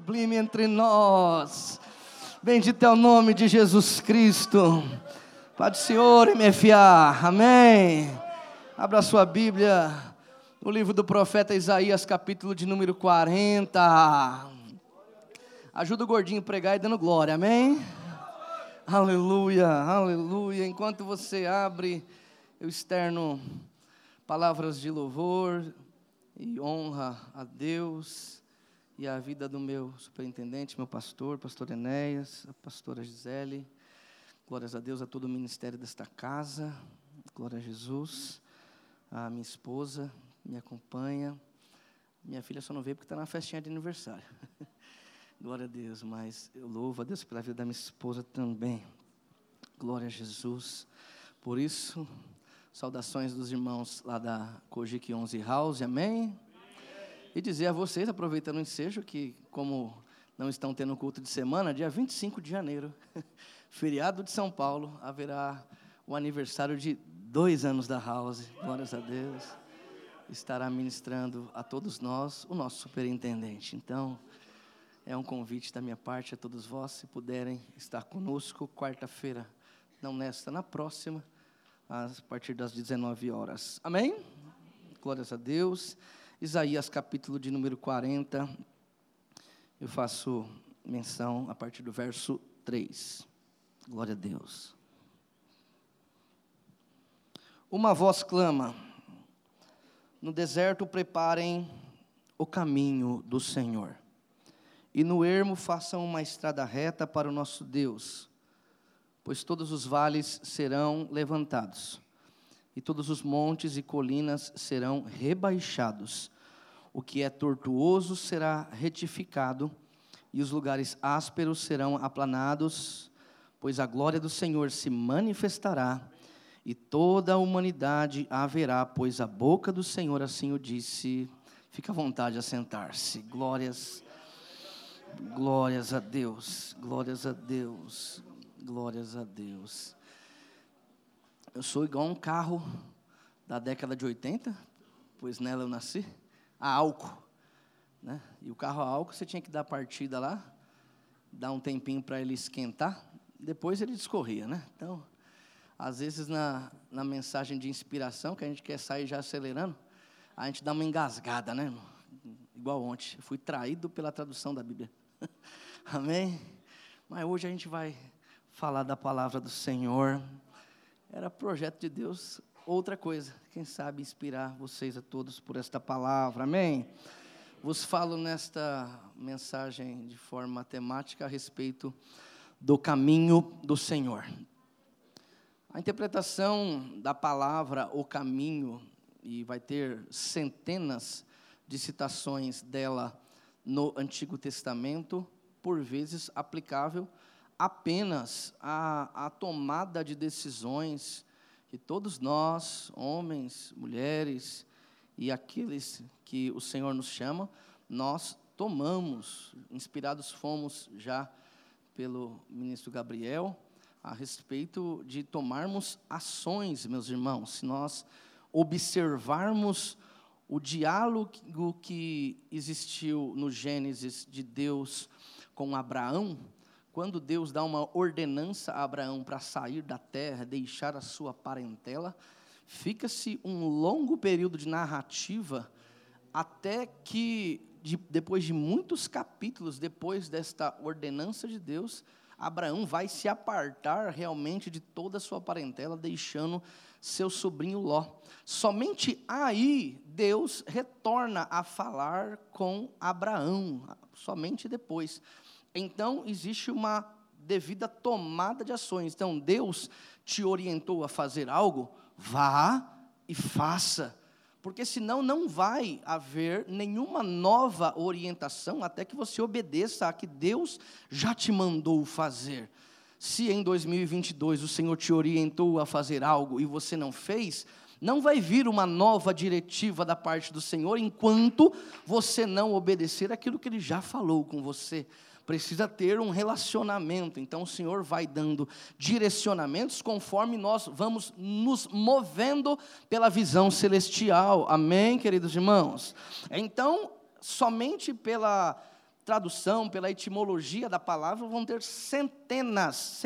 sublime entre nós. Bendito é o nome de Jesus Cristo. Pai do Senhor, MFA, amém. Abra sua Bíblia no livro do profeta Isaías, capítulo de número 40. Ajuda o gordinho a pregar e dando glória, amém? Aleluia, aleluia. Enquanto você abre, eu externo palavras de louvor e honra a Deus e a vida do meu superintendente, meu pastor Enéas, a pastora Gisele. Glórias a Deus, a todo o ministério desta casa. Glória a Jesus. A minha esposa me acompanha. Minha filha só não veio porque está na festinha de aniversário. Glória a Deus, mas eu louvo a Deus pela vida da minha esposa também. Glória a Jesus. Por isso, saudações dos irmãos lá da Kojik 11 House, amém? E dizer a vocês, aproveitando o ensejo, que como não estão tendo culto de semana, dia 25 de janeiro, feriado de São Paulo, haverá o aniversário de 2 anos da House. Glórias a Deus. Estará ministrando a todos nós, o nosso superintendente. Então, é um convite da minha parte a todos vós, se puderem estar conosco, quarta-feira, não nesta, na próxima, a partir das 19 horas. Amém? Glórias a Deus. Isaías, capítulo de número 40, eu faço menção a partir do verso 3. Glória a Deus. Uma voz clama: no deserto preparem o caminho do Senhor, e no ermo façam uma estrada reta para o nosso Deus, pois todos os vales serão levantados, e todos os montes e colinas serão rebaixados. O que é tortuoso será retificado, e os lugares ásperos serão aplanados, pois a glória do Senhor se manifestará, e toda a humanidade a verá, pois a boca do Senhor assim o disse. Fica à vontade a sentar-se. Glórias a Deus, glórias a Deus, glórias a Deus. Eu sou igual um carro da década de 80, pois nela eu nasci, a álcool, né? E o carro a álcool você tinha que dar partida lá, dar um tempinho para ele esquentar, depois ele discorria, né? Então, às vezes na mensagem de inspiração, que a gente quer sair já acelerando, a gente dá uma engasgada, né, irmão? Igual ontem, eu fui traído pela tradução da Bíblia. Amém? Mas hoje a gente vai falar da palavra do Senhor. Era projeto de Deus, outra coisa. Quem sabe inspirar vocês a todos por esta palavra. Amém? Vos falo nesta mensagem de forma temática a respeito do caminho do Senhor. A interpretação da palavra o caminho, e vai ter centenas de citações dela no Antigo Testamento, por vezes aplicável apenas à tomada de decisões que todos nós, homens, mulheres e aqueles que o Senhor nos chama, nós tomamos. Inspirados fomos já pelo ministro Gabriel a respeito de tomarmos ações, meus irmãos. Se nós observarmos o diálogo que existiu no Gênesis de Deus com Abraão, quando Deus dá uma ordenança a Abraão para sair da terra, deixar a sua parentela, fica-se um longo período de narrativa, até que, depois de muitos capítulos, depois desta ordenança de Deus, Abraão vai se apartar realmente de toda a sua parentela, deixando seu sobrinho Ló. Somente aí Deus retorna a falar com Abraão, somente depois. Então existe uma devida tomada de ações. Então Deus te orientou a fazer algo, vá e faça. Porque senão não vai haver nenhuma nova orientação até que você obedeça a que Deus já te mandou fazer. Se em 2022 o Senhor te orientou a fazer algo e você não fez, não vai vir uma nova diretiva da parte do Senhor enquanto você não obedecer aquilo que Ele já falou com você. Precisa ter um relacionamento. Então o Senhor vai dando direcionamentos conforme nós vamos nos movendo pela visão celestial. Amém, queridos irmãos? Então, somente pela tradução, pela etimologia da palavra, vão ter centenas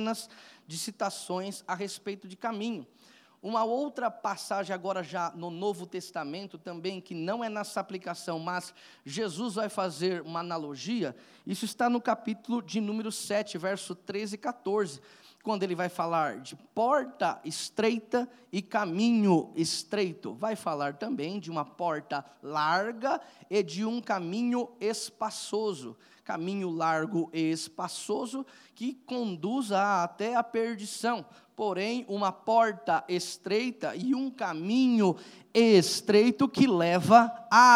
de citações a respeito de caminho. Uma outra passagem agora já no Novo Testamento também, que não é nessa aplicação, mas Jesus vai fazer uma analogia, isso está no capítulo de número 7, verso 13 e 14, quando ele vai falar de porta estreita e caminho estreito. Vai falar também de uma porta larga e de um caminho espaçoso. Caminho largo e espaçoso que conduz até a perdição. Porém, uma porta estreita e um caminho estreito que leva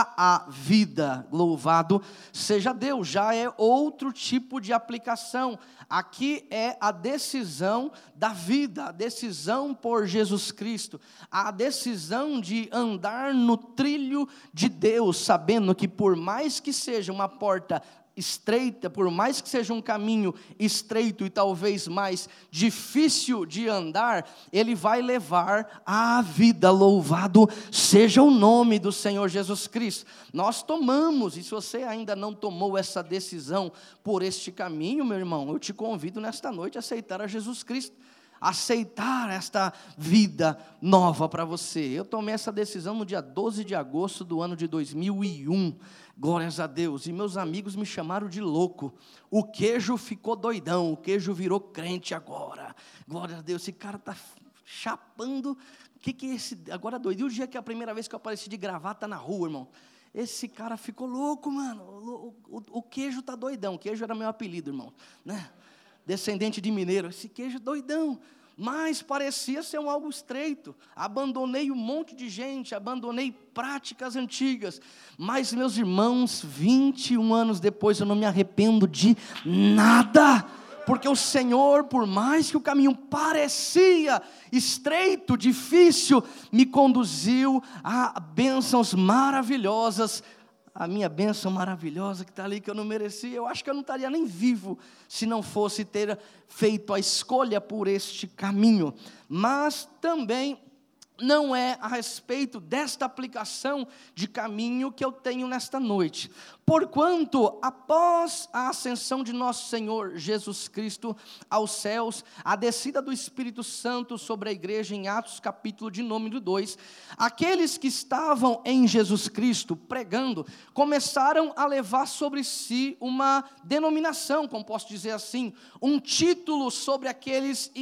à vida. Louvado seja Deus, já é outro tipo de aplicação. Aqui é a decisão da vida, a decisão por Jesus Cristo, a decisão de andar no trilho de Deus, sabendo que por mais que seja uma porta estreita, por mais que seja um caminho estreito e talvez mais difícil de andar, ele vai levar à vida. Louvado seja o nome do Senhor Jesus Cristo. Nós tomamos, e se você ainda não tomou essa decisão por este caminho, meu irmão, eu te convido nesta noite a aceitar a Jesus Cristo, aceitar esta vida nova para você. Eu tomei essa decisão no dia 12 de agosto do ano de 2001, glórias a Deus, e meus amigos me chamaram de louco. O queijo ficou doidão, o queijo virou crente agora, glórias a Deus. Esse cara está chapando, o que é esse, agora doido? E o dia que é a primeira vez que eu apareci de gravata na rua, irmão, esse cara ficou louco, mano, o queijo está doidão. O queijo era meu apelido, irmão, né? Descendente de mineiro, esse queijo doidão, mas parecia ser algo estreito. Abandonei um monte de gente, abandonei práticas antigas, mas meus irmãos, 21 anos depois eu não me arrependo de nada, porque o Senhor, por mais que o caminho parecia estreito, difícil, me conduziu a bênçãos maravilhosas. A minha bênção maravilhosa que está ali, que eu não merecia, eu acho que eu não estaria nem vivo, se não fosse ter feito a escolha por este caminho. Mas também não é a respeito desta aplicação de caminho que eu tenho nesta noite. Porquanto, após a ascensão de nosso Senhor Jesus Cristo aos céus, a descida do Espírito Santo sobre a igreja em Atos capítulo de número 2, aqueles que estavam em Jesus Cristo pregando, começaram a levar sobre si uma denominação, como posso dizer assim, um título sobre aqueles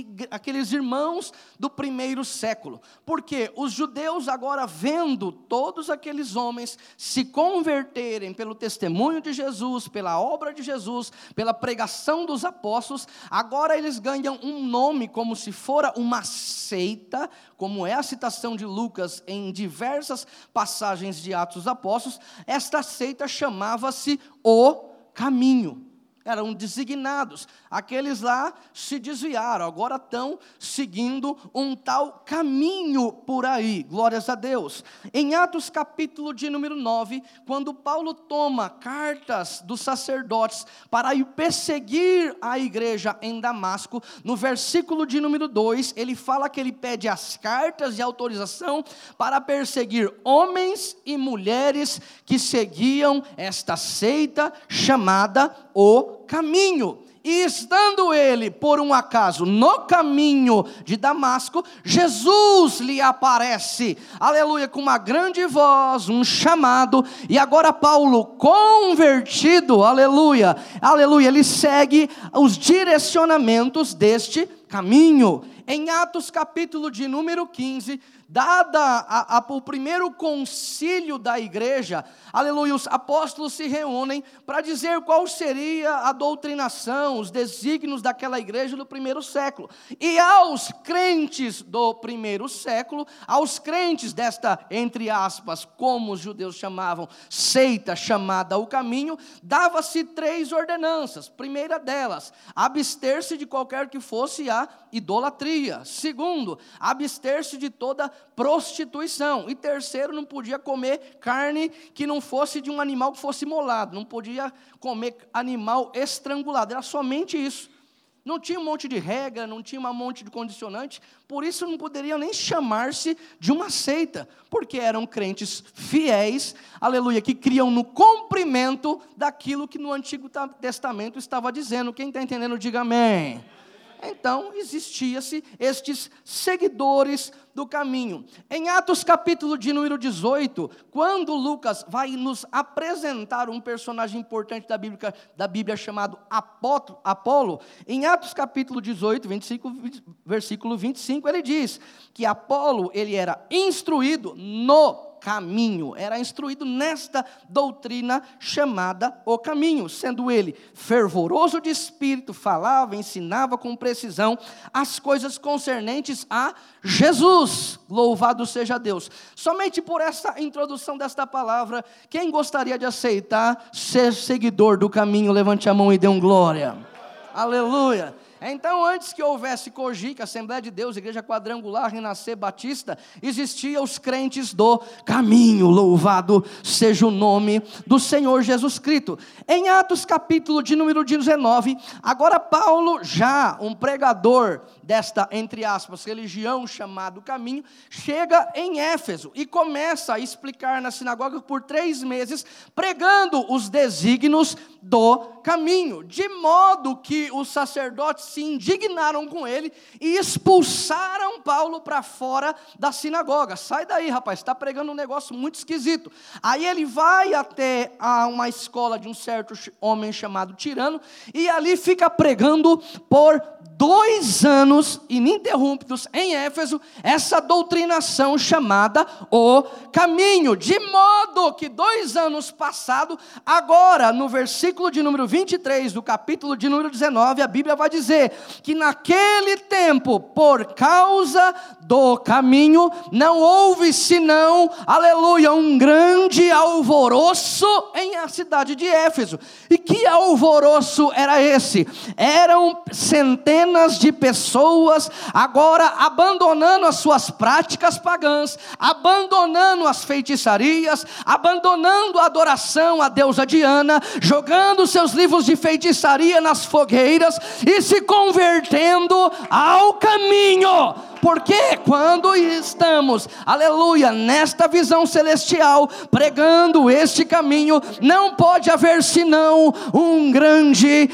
irmãos do primeiro século. Porque os judeus agora vendo todos aqueles homens se converterem pelo testemunho de Jesus, pela obra de Jesus, pela pregação dos apóstolos, agora eles ganham um nome como se fora uma seita, como é a citação de Lucas em diversas passagens de Atos dos Apóstolos. Esta seita chamava-se O Caminho. Eram designados, aqueles lá se desviaram, agora estão seguindo um tal caminho por aí, glórias a Deus. Em Atos capítulo de número 9, quando Paulo toma cartas dos sacerdotes para ir perseguir a igreja em Damasco, no versículo de número 2, ele fala que ele pede as cartas de autorização para perseguir homens e mulheres que seguiam esta seita chamada O Caminho. E estando ele, por um acaso, no caminho de Damasco, Jesus lhe aparece, aleluia, com uma grande voz, um chamado, e agora Paulo, convertido, aleluia, aleluia, ele segue os direcionamentos deste caminho. Em Atos capítulo de número 15, o primeiro concílio da igreja, aleluia, os apóstolos se reúnem para dizer qual seria a doutrinação, os desígnios daquela igreja do primeiro século. E aos crentes do primeiro século, aos crentes desta, entre aspas, como os judeus chamavam, seita chamada O Caminho, dava-se 3 ordenanças. Primeira delas, abster-se de qualquer que fosse a idolatria. Segundo, abster-se de toda prostituição. E terceiro, não podia comer carne que não fosse de um animal que fosse imolado, não podia comer animal estrangulado, era somente isso. Não tinha um monte de regra, não tinha um monte de condicionante, por isso não poderiam nem chamar-se de uma seita, porque eram crentes fiéis, aleluia, que criam no cumprimento daquilo que no Antigo Testamento estava dizendo. Quem está entendendo, diga amém. Então, existia-se estes seguidores do caminho. Em Atos capítulo de número 18, quando Lucas vai nos apresentar um personagem importante da Bíblia chamado Apolo, em Atos capítulo 18, versículo 25, ele diz que Apolo, ele era instruído no caminho, era instruído nesta doutrina chamada o caminho, sendo ele fervoroso de espírito, falava, ensinava com precisão as coisas concernentes a Jesus, louvado seja Deus. Somente por essa introdução desta palavra, quem gostaria de aceitar ser seguidor do caminho, levante a mão e dê um glória. Aleluia. Então, antes que houvesse Cogica, Assembleia de Deus, Igreja Quadrangular, Renascer, Batista, existiam os crentes do caminho, louvado seja o nome do Senhor Jesus Cristo. Em Atos capítulo de número 19, agora Paulo, já um pregador desta, entre aspas, religião chamada caminho, chega em Éfeso e começa a explicar na sinagoga por 3 meses, pregando os desígnios do caminho, de modo que os sacerdotes se indignaram com ele e expulsaram Paulo para fora da sinagoga. Sai daí, rapaz, está pregando um negócio muito esquisito. Aí ele vai até uma escola de um certo homem chamado Tirano, e ali fica pregando por 2 anos ininterruptos em Éfeso, essa doutrinação chamada o caminho, de modo que 2 anos passados, agora no versículo de número 23 do capítulo de número 19, a Bíblia vai dizer que naquele tempo, por causa do caminho, não houve senão, aleluia, um grande alvoroço em a cidade de Éfeso. E que alvoroço era esse? Eram centenas de pessoas agora abandonando as suas práticas pagãs, abandonando as feitiçarias, abandonando a adoração à deusa Diana, jogando seus livros de feitiçaria nas fogueiras e se convertendo ao caminho. Porque quando estamos, aleluia, nesta visão celestial, pregando este caminho, não pode haver senão um grande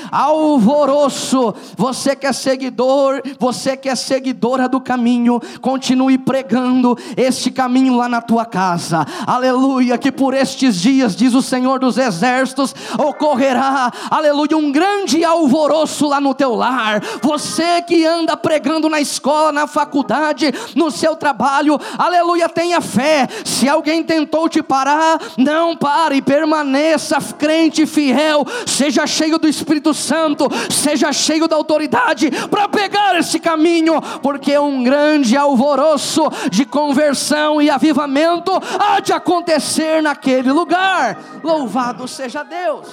alvoroço. Você que é seguidor, você que é seguidora do caminho, continue pregando este caminho lá na tua casa, aleluia, que por estes dias, diz o Senhor dos Exércitos, ocorrerá, aleluia, um grande alvoroço lá no teu lar. Você que anda pregando na escola, na faculdade, no seu trabalho, aleluia, tenha fé. Se alguém tentou te parar, não pare, permaneça crente fiel, seja cheio do Espírito Santo, seja cheio da autoridade para pegar esse caminho, porque um grande alvoroço de conversão e avivamento há de acontecer naquele lugar. Louvado seja Deus.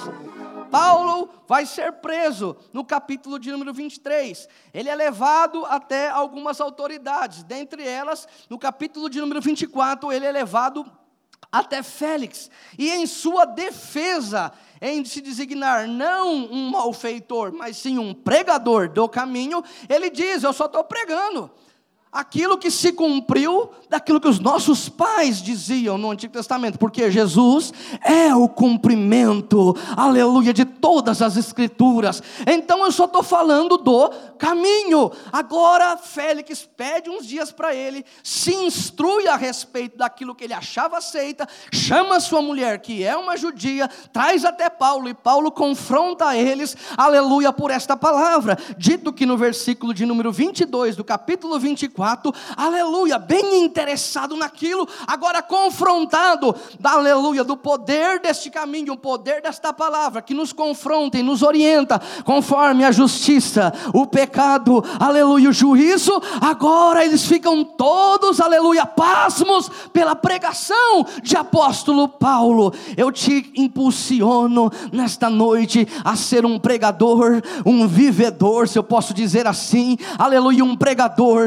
Paulo vai ser preso no capítulo de número 23, ele é levado até algumas autoridades, dentre elas, no capítulo de número 24, ele é levado até Félix, e em sua defesa, em se designar não um malfeitor, mas sim um pregador do caminho, ele diz: eu só estou pregando aquilo que se cumpriu daquilo que os nossos pais diziam no Antigo Testamento, porque Jesus é o cumprimento, aleluia, de todas as Escrituras. Então eu só estou falando do caminho. Agora Félix pede uns dias para ele, se instrui a respeito daquilo que ele achava seita, chama sua mulher, que é uma judia, traz até Paulo, e Paulo confronta eles, aleluia, por esta palavra, dito que no versículo de número 22 do capítulo 24, aleluia, bem interessado naquilo, agora confrontado, aleluia, do poder deste caminho, o poder desta palavra, que nos confronta e nos orienta, conforme a justiça, o pecado, aleluia, o juízo. Agora eles ficam todos, aleluia, pasmos pela pregação de apóstolo Paulo. Eu te impulsiono nesta noite a ser um pregador, um vivedor, se eu posso dizer assim, aleluia, um pregador do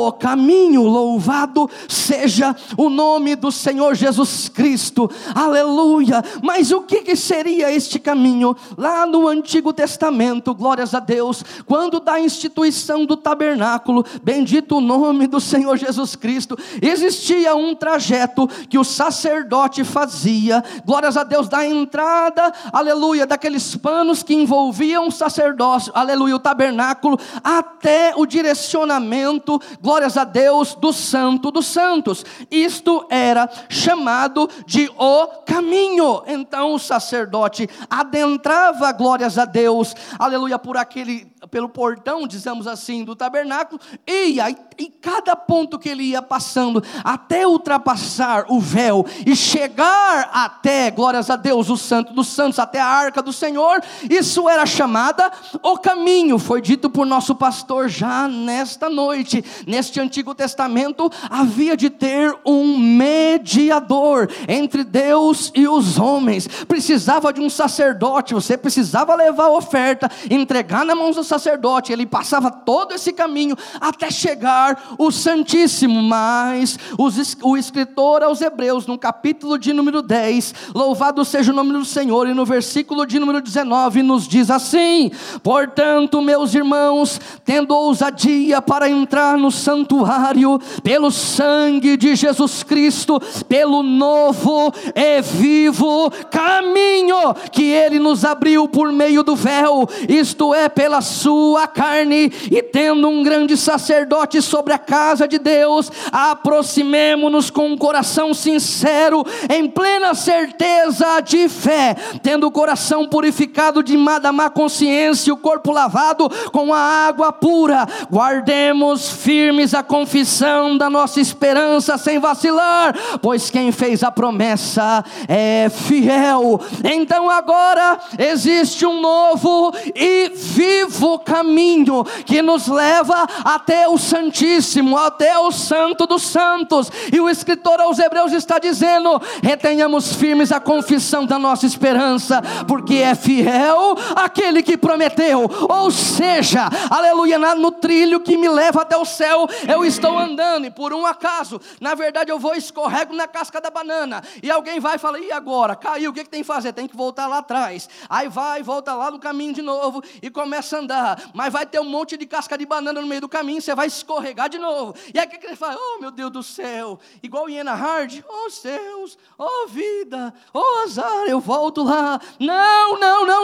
o caminho. Louvado seja o nome do Senhor Jesus Cristo, aleluia. Mas o que seria este caminho? Lá no Antigo Testamento, glórias a Deus, quando da instituição do tabernáculo, bendito o nome do Senhor Jesus Cristo, existia um trajeto que o sacerdote fazia, glórias a Deus, da entrada, aleluia, daqueles panos que envolviam o sacerdócio, aleluia, o tabernáculo, até o direcionamento, glórias a Deus, do Santo dos Santos. Isto era chamado de o caminho. Então o sacerdote adentrava, glórias a Deus, aleluia, pelo portão, dizemos assim, do tabernáculo, ia, e cada ponto que ele ia passando, até ultrapassar o véu, e chegar até, glórias a Deus, o Santo dos Santos, até a arca do Senhor, isso era chamada o caminho. Foi dito por nosso pastor já nesta noite, neste Antigo Testamento, havia de ter um mediador entre Deus e os homens, precisava de um sacerdote, você precisava levar a oferta, entregar na mão do sacerdote, ele passava todo esse caminho, até chegar o Santíssimo. Mas o escritor aos Hebreus, no capítulo de número 10, louvado seja o nome do Senhor, e no versículo de número 19, nos diz assim: portanto, meus irmãos, tendo ousadia para entrar no santuário, pelo sangue de Jesus Cristo, pelo novo e vivo caminho que Ele nos abriu por meio do véu, isto é, pela sua carne, e tendo um grande sacerdote sobre a casa de Deus, aproximemo-nos com um coração sincero, em plena certeza de fé, tendo o coração purificado da má consciência, e o corpo lavado com a água pura, guardemos firmes a confissão da nossa esperança sem vacilar, pois quem fez a promessa é fiel. Então agora existe um novo e vivo caminho que nos leva até o Santíssimo, até o Santo dos Santos, e o escritor aos Hebreus está dizendo: retenhamos firmes a confissão da nossa esperança, porque é fiel aquele que prometeu. Ou seja, aleluia, no trilho que me leva até o céu, eu estou andando, e por um acaso, na verdade eu vou, escorrego na casca da banana, e alguém vai e fala: e agora? Caiu, o que tem que fazer? Tem que voltar lá atrás. Aí volta lá no caminho de novo, e começa a andar, mas vai ter um monte de casca de banana no meio do caminho, você vai escorregar de novo, e aí o que ele fala? Oh meu Deus do céu, igual Iena Hard, oh céus, oh vida, oh azar, eu volto lá. Não,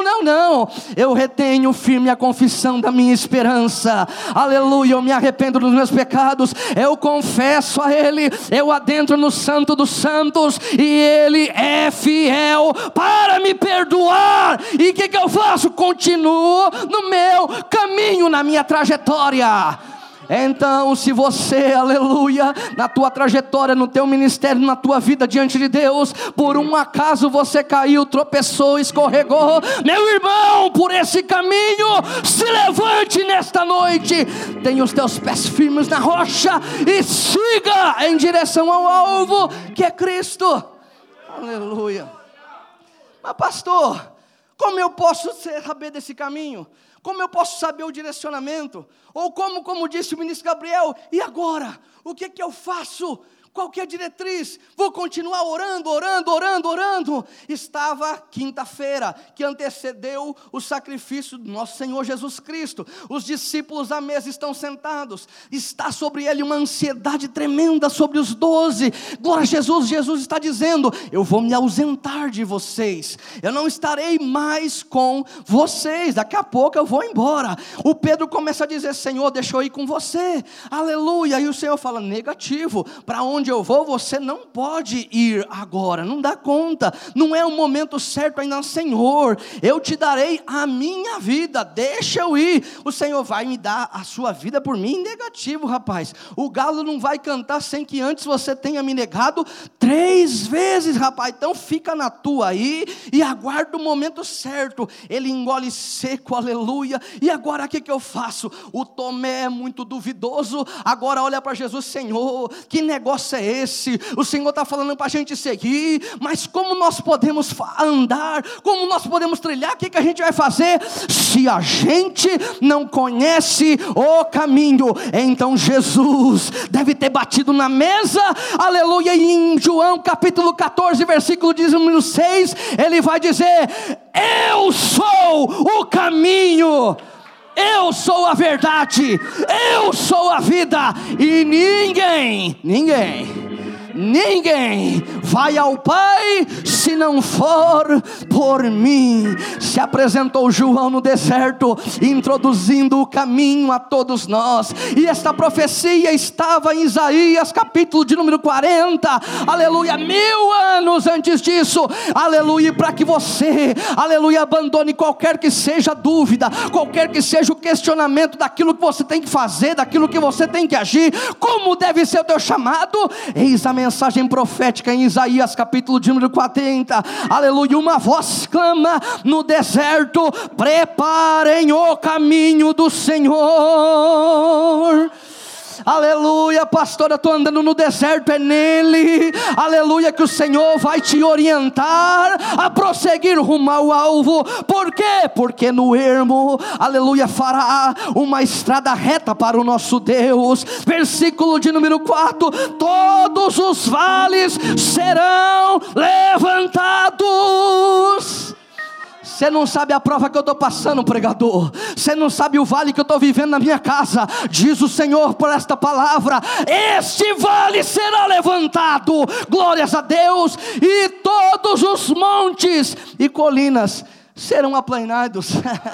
eu retenho firme a confissão da minha esperança, aleluia, eu me arrependo dos meus pecados, eu confesso a Ele, eu adentro no Santo dos Santos, e Ele é fiel para me perdoar, e o que eu faço? Continuo no meu caminho, na minha trajetória. Então, se você, aleluia, na tua trajetória, no teu ministério, na tua vida diante de Deus, por um acaso você caiu, tropeçou, escorregou, meu irmão, por esse caminho, se levante nesta noite, tenha os teus pés firmes na rocha, e siga em direção ao alvo, que é Cristo. Aleluia. Mas pastor, como eu posso saber desse caminho? Como eu posso saber o direcionamento? Ou como disse o ministro Gabriel, e agora? O que eu faço? Qual que é a diretriz? Vou continuar orando. Estava quinta-feira, que antecedeu o sacrifício do nosso Senhor Jesus Cristo. Os discípulos à mesa estão sentados. Está sobre ele uma ansiedade tremenda sobre os 12. Glória a Jesus. Jesus está dizendo: eu vou me ausentar de vocês. Eu não estarei mais com vocês. Daqui a pouco eu vou embora. O Pedro começa a dizer: Senhor, deixa eu ir com você. Aleluia. E o Senhor fala: negativo. Para onde eu vou, você não pode ir agora, não dá conta, não é o momento certo ainda. Senhor, eu te darei a minha vida, deixa eu ir. O Senhor vai me dar a sua vida por mim? Negativo, rapaz. O galo não vai cantar sem que antes você tenha me negado 3 vezes, rapaz. Então fica na tua aí e aguarda o momento certo. Ele engole seco, aleluia. E agora o que eu faço? O Tomé é muito duvidoso, agora olha para Jesus: Senhor, que negócio propósito é esse, o Senhor está falando para a gente seguir, mas como nós podemos andar, como nós podemos trilhar, o que a gente vai fazer? Se a gente não conhece o caminho, então Jesus deve ter batido na mesa, aleluia, e em João capítulo 14, versículo 6, ele vai dizer: eu sou o caminho, eu sou a verdade, eu sou a vida, e ninguém vai ao Pai se não for por mim. Se apresentou João no deserto, introduzindo o caminho a todos nós, e esta profecia estava em Isaías capítulo de número 40, aleluia, 1000 anos antes disso, aleluia, para que você, aleluia, abandone qualquer que seja a dúvida, qualquer que seja o questionamento daquilo que você tem que fazer, daquilo que você tem que agir, como deve ser o teu chamado. Eis a mensagem profética em Isaías capítulo de número 40, aleluia, uma voz clama no deserto: preparem o caminho do Senhor. Aleluia, pastor, eu estou andando no deserto, é nele, aleluia, que o Senhor vai te orientar a prosseguir rumo ao alvo. Por quê? Porque no ermo, aleluia, fará uma estrada reta para o nosso Deus. Versículo de número 4: todos os vales serão levantados. Você não sabe a prova que eu estou passando, pregador. Você não sabe o vale que eu estou vivendo na minha casa. Diz o Senhor por esta palavra: este vale será levantado, glórias a Deus, e todos os montes e colinas serão aplanados.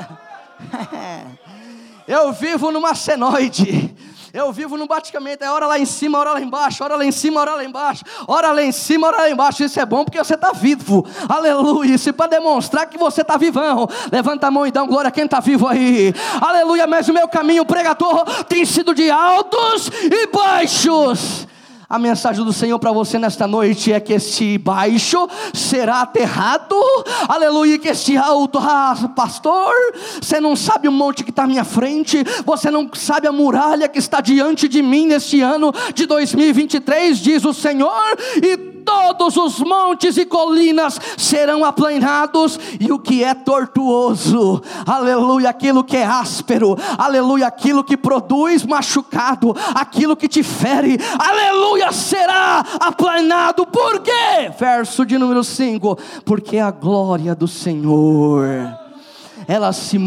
Eu vivo numa senoide. Eu vivo no baticamento, é hora lá em cima, hora lá embaixo, hora lá em cima, hora lá embaixo, hora lá em cima, hora lá embaixo. Isso é bom porque você está vivo, aleluia. Isso é para demonstrar que você está vivão. Levanta a mão e dá um glória a quem está vivo aí, aleluia. Mas o meu caminho, pregador, tem sido de altos e baixos. A mensagem do Senhor para você nesta noite é que este baixo será aterrado, aleluia, que este alto, pastor, você não sabe o monte que está à minha frente, você não sabe a muralha que está diante de mim neste ano de 2023, diz o Senhor, e todos os montes e colinas serão aplanados, e o que é tortuoso, aleluia, aquilo que é áspero, aleluia, aquilo que produz machucado, aquilo que te fere, aleluia, será aplanado. Por quê? Verso de número 5: porque a glória do Senhor, ela se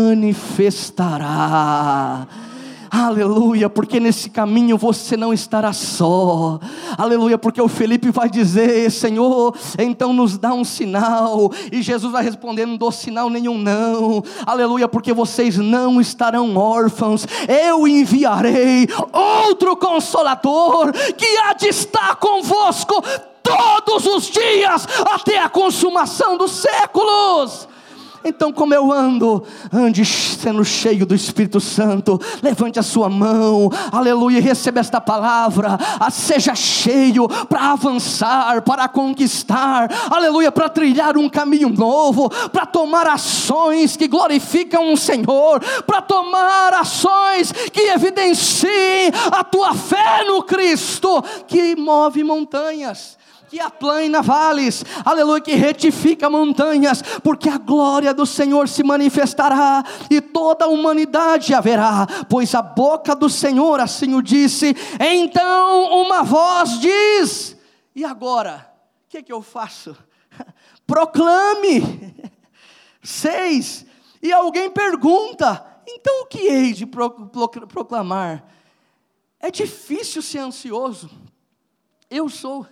manifestará. Aleluia, porque nesse caminho você não estará só, aleluia, porque o Felipe vai dizer: Senhor, então nos dá um sinal, e Jesus vai responder: não dou sinal nenhum não, aleluia, porque vocês não estarão órfãos, eu enviarei outro Consolador, que há de estar convosco todos os dias, até a consumação dos séculos. Então, como eu ando, ande sendo cheio do Espírito Santo. Levante a sua mão, aleluia, e receba esta palavra. Seja cheio para avançar, para conquistar, aleluia, para trilhar um caminho novo, para tomar ações que glorificam o Senhor, para tomar ações que evidenciem a tua fé no Cristo, que move montanhas, que aplana vales, aleluia, que retifica montanhas, porque a glória do Senhor se manifestará, e toda a humanidade a verá, pois a boca do Senhor assim o disse. Então uma voz diz: e agora? O que eu faço? Proclame. 6, e alguém pergunta: então o que hei de proclamar? É difícil ser ansioso. Eu sou,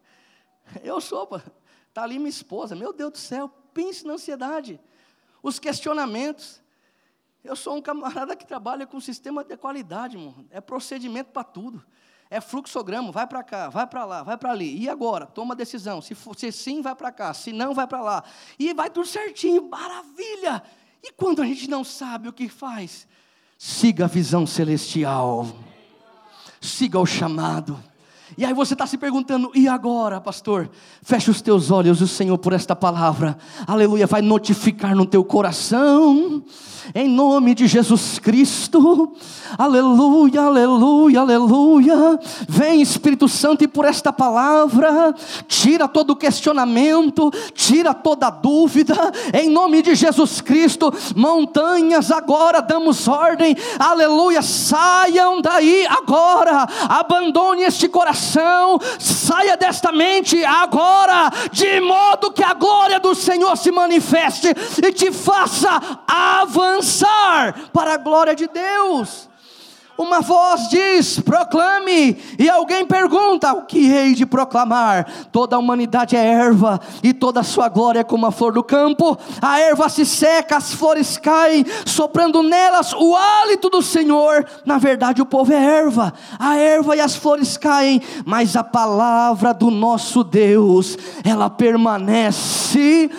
está ali minha esposa, meu Deus do céu, pense na ansiedade, os questionamentos. Eu sou um camarada que trabalha com sistema de qualidade, irmão. É procedimento para tudo, é fluxograma, vai para cá, vai para lá, vai para ali, e agora? Toma a decisão, se sim, vai para cá, se não, vai para lá, e vai tudo certinho, maravilha. E quando a gente não sabe o que faz, siga a visão celestial, siga o chamado. E aí você está se perguntando, e agora, pastor? Fecha os teus olhos, o Senhor por esta palavra, aleluia, vai notificar no teu coração, em nome de Jesus Cristo, aleluia, aleluia, aleluia. Vem Espírito Santo, e por esta palavra, tira todo o questionamento, tira toda a dúvida, em nome de Jesus Cristo. Montanhas agora damos ordem, aleluia, saiam daí agora, abandone este coração, saia desta mente agora, de modo que a glória do Senhor se manifeste e te faça avançar para a glória de Deus. Uma voz diz, proclame, e alguém pergunta, o que hei de proclamar? Toda a humanidade é erva, e toda a sua glória é como a flor do campo. A erva se seca, as flores caem, soprando nelas o hálito do Senhor. Na verdade o povo é erva, a erva e as flores caem, mas a palavra do nosso Deus, ela permanece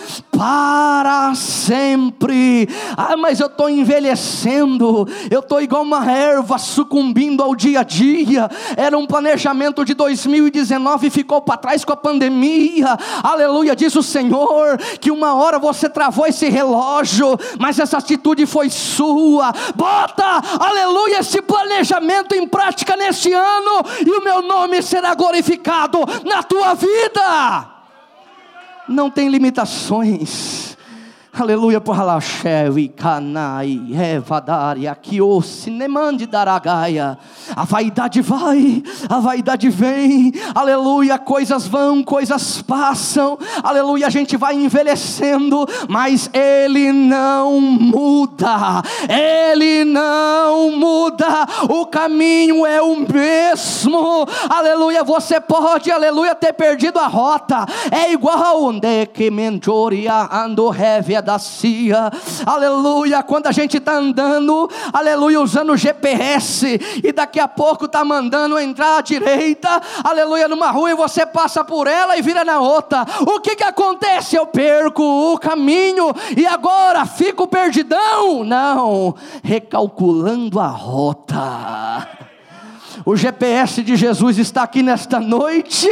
para sempre. Mas eu estou envelhecendo, eu estou igual uma erva sucumbindo ao dia a dia. Era um planejamento de 2019 e ficou para trás com a pandemia, aleluia. Diz o Senhor que uma hora você travou esse relógio, mas essa atitude foi sua. Bota, aleluia, esse planejamento em prática neste ano, e o meu nome será glorificado na tua vida. Não tem limitações, aleluia. Por Halachevi, Kanai, Evadari, Akio, Sinemande Daragaia. A vaidade vai, a vaidade vem, aleluia. Coisas vão, coisas passam, aleluia. A gente vai envelhecendo, mas Ele não muda, Ele não muda. O caminho é o mesmo, aleluia. Você pode, aleluia, ter perdido a rota, é igual onde que mentoria ando heavy da cia, aleluia. Quando a gente está andando, aleluia, usando o GPS, e daqui a pouco está mandando entrar à direita, aleluia, numa rua, e você passa por ela e vira na outra. O que acontece? Eu perco o caminho, e agora fico perdidão? Não, recalculando a rota. O GPS de Jesus está aqui nesta noite.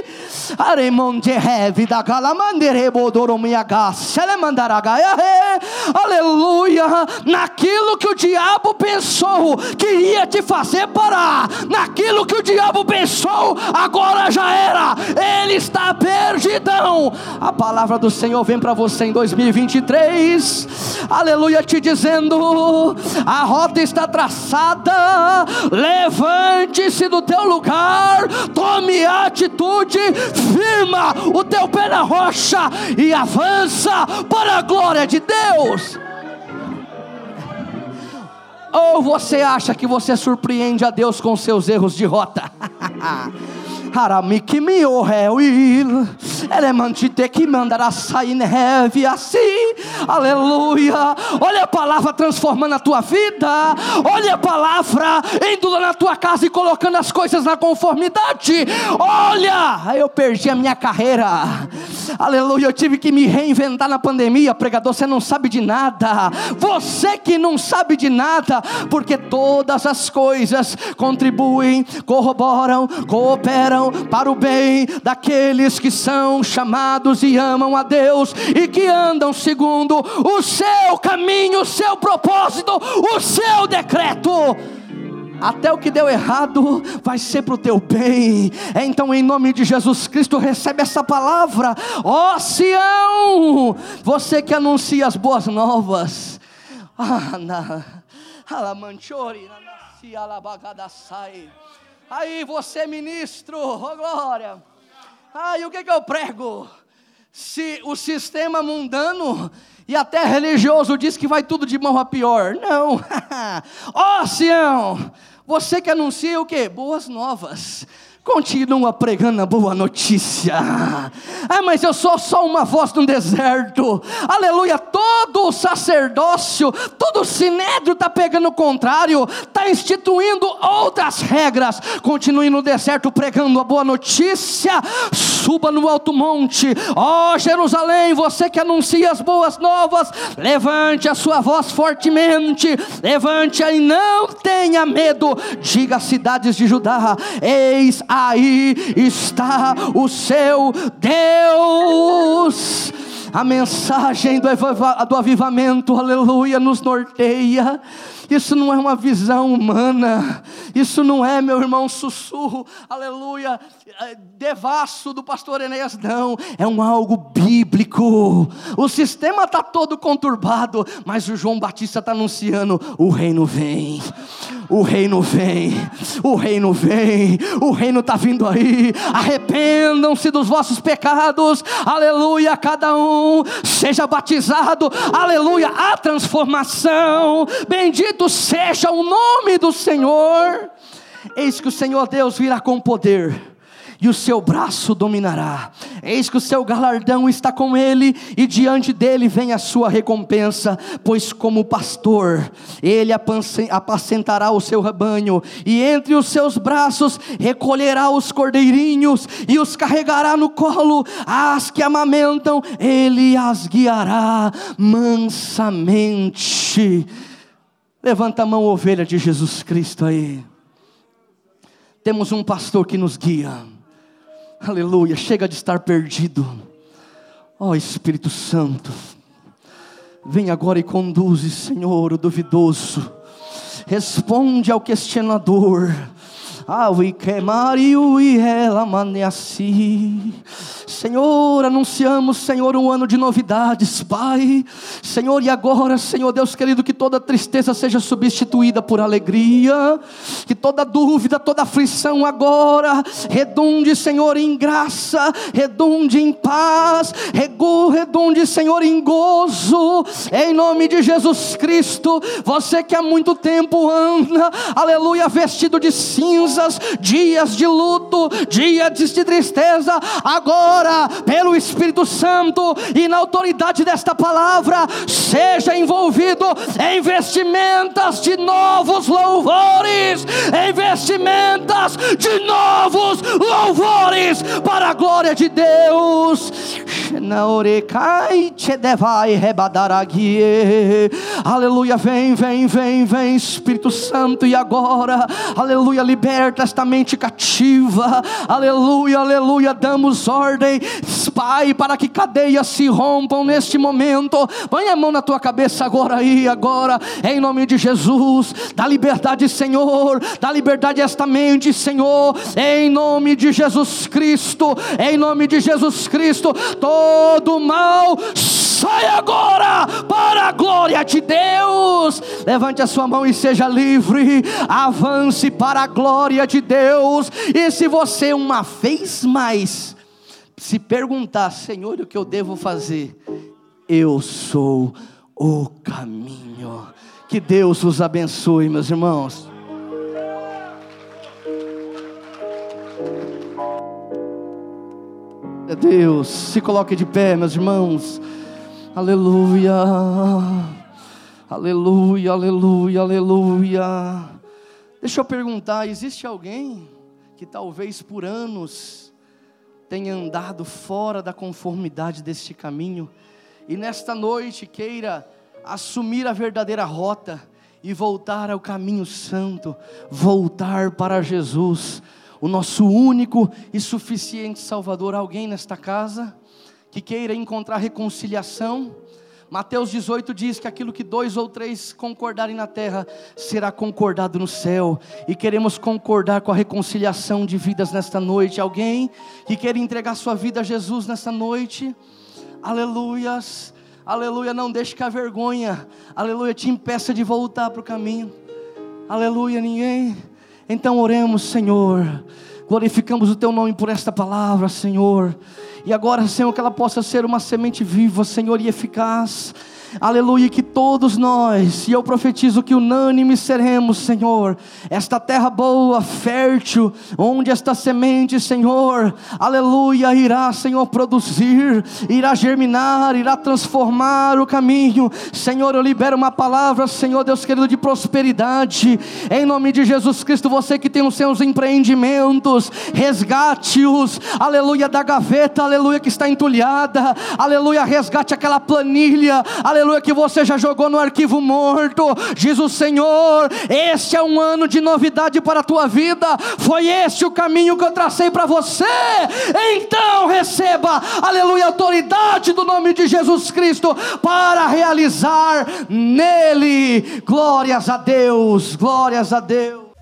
Aleluia. Naquilo que o diabo pensou que ia te fazer parar, naquilo que o diabo pensou, agora já era. Ele está perdidão. A palavra do Senhor vem para você em 2023, aleluia, te dizendo: a rota está traçada. Levante-se do teu lugar, tome atitude, firma o teu pé na rocha e avança para a glória de Deus. Ou você acha que você surpreende a Deus com seus erros de rota? Aleluia. Olha a palavra transformando a tua vida, olha a palavra indo lá na tua casa e colocando as coisas na conformidade. Olha, eu perdi a minha carreira, aleluia, eu tive que me reinventar na pandemia. Pregador, você não sabe de nada. Você que não sabe de nada, porque todas as coisas contribuem, corroboram, cooperam para o bem daqueles que são chamados e amam a Deus, e que andam segundo o seu caminho, o seu propósito, o seu decreto. Até o que deu errado vai ser para o teu bem. Então, em nome de Jesus Cristo, recebe essa palavra. Ó Sião, você que anuncia as boas novas, aí você ministro, oh glória. Aí o que eu prego? Se o sistema mundano e até religioso diz que vai tudo de mal a pior, não. Ó Sião, você que anuncia o quê? Boas novas. Continua pregando a boa notícia. Mas eu sou só uma voz no deserto. Aleluia. Todo todo o sacerdócio, todo o sinédrio está pegando o contrário, está instituindo outras regras. Continue no deserto pregando a boa notícia, suba no alto monte, ó Jerusalém, você que anuncia as boas novas, levante a sua voz fortemente, levante-a e não tenha medo, diga às cidades de Judá: eis aí está o seu Deus. A mensagem do avivamento, aleluia, nos norteia. Isso não é uma visão humana, isso não é, meu irmão, sussurro, aleluia, devasso do pastor Enéas, não, é algo bíblico. O sistema está todo conturbado, mas o João Batista está anunciando: o reino vem, o reino vem, o reino vem, o reino está vindo aí. Arrependam-se dos vossos pecados, aleluia, cada um seja batizado, aleluia, a transformação, bendito seja o nome do Senhor. Eis que o Senhor Deus virá com poder, e o seu braço dominará. Eis que o seu galardão está com ele, e diante dele vem a sua recompensa. Pois como pastor, ele apacentará o seu rebanho, e entre os seus braços recolherá os cordeirinhos, e os carregará no colo. As que amamentam, ele as guiará mansamente. Levanta a mão, ovelha de Jesus Cristo aí. Temos um pastor que nos guia, aleluia. Chega de estar perdido. Ó Espírito Santo, vem agora e conduze, Senhor, o duvidoso. Responde ao questionador. Senhor, anunciamos, Senhor, um ano de novidades, Pai. Senhor, e agora, Senhor Deus querido, que toda tristeza seja substituída por alegria, que toda dúvida, toda aflição agora redunde, Senhor, em graça, redunde em paz, redunde, Senhor, em gozo, em nome de Jesus Cristo. Você que há muito tempo anda, aleluia, vestido de cinza, dias de luto, dias de tristeza, agora pelo Espírito Santo e na autoridade desta palavra, seja envolvido em vestimentas de novos louvores, em vestimentas de novos louvores, para a glória de Deus. Aleluia, vem, vem, vem, vem Espírito Santo, e agora, aleluia, liberta esta mente cativa, aleluia, aleluia. Damos ordem, Pai, para que cadeias se rompam neste momento. Põe a mão na tua cabeça agora aí, agora, em nome de Jesus. Dá liberdade, Senhor, dá liberdade a esta mente, Senhor, em nome de Jesus Cristo, em nome de Jesus Cristo. Todo mal sai agora para a glória de Deus. Levante a sua mão e seja livre. Avance para a glória de Deus. E se você uma vez mais se perguntar: Senhor, o que eu devo fazer? Eu sou o caminho. Que Deus os abençoe, meus irmãos. Deus, se coloque de pé, meus irmãos. Aleluia, aleluia, aleluia, aleluia. Deixa eu perguntar: existe alguém que talvez por anos tenha andado fora da conformidade deste caminho, e nesta noite queira assumir a verdadeira rota e voltar ao caminho santo, voltar para Jesus, o nosso único e suficiente Salvador? Alguém nesta casa que queira encontrar reconciliação? Mateus 18 diz que aquilo que 2 ou 3 concordarem na terra, será concordado no céu. E queremos concordar com a reconciliação de vidas nesta noite. Alguém que queira entregar sua vida a Jesus nesta noite? Aleluias, aleluia. Não deixe que a vergonha, aleluia, te impeça de voltar para o caminho. Aleluia, ninguém? Então oremos, Senhor. Glorificamos o teu nome por esta palavra, Senhor. E agora, Senhor, que ela possa ser uma semente viva, Senhor, e eficaz. aleluia, que todos nós, e eu profetizo que unânimes seremos, Senhor, esta terra boa, fértil, onde esta semente, Senhor, aleluia, irá, Senhor, produzir, irá germinar, irá transformar o caminho. Senhor, eu libero uma palavra, Senhor Deus querido, de prosperidade, em nome de Jesus Cristo. Você que tem os seus empreendimentos, resgate-os, aleluia, da gaveta, aleluia, que está entulhada, aleluia, resgate aquela planilha, aleluia, que você já jogou no arquivo morto. Diz o Senhor: este é um ano de novidade para a tua vida, foi este o caminho que eu tracei para você. Então receba, aleluia, autoridade do nome de Jesus Cristo para realizar nele. Glórias a Deus, glórias a Deus.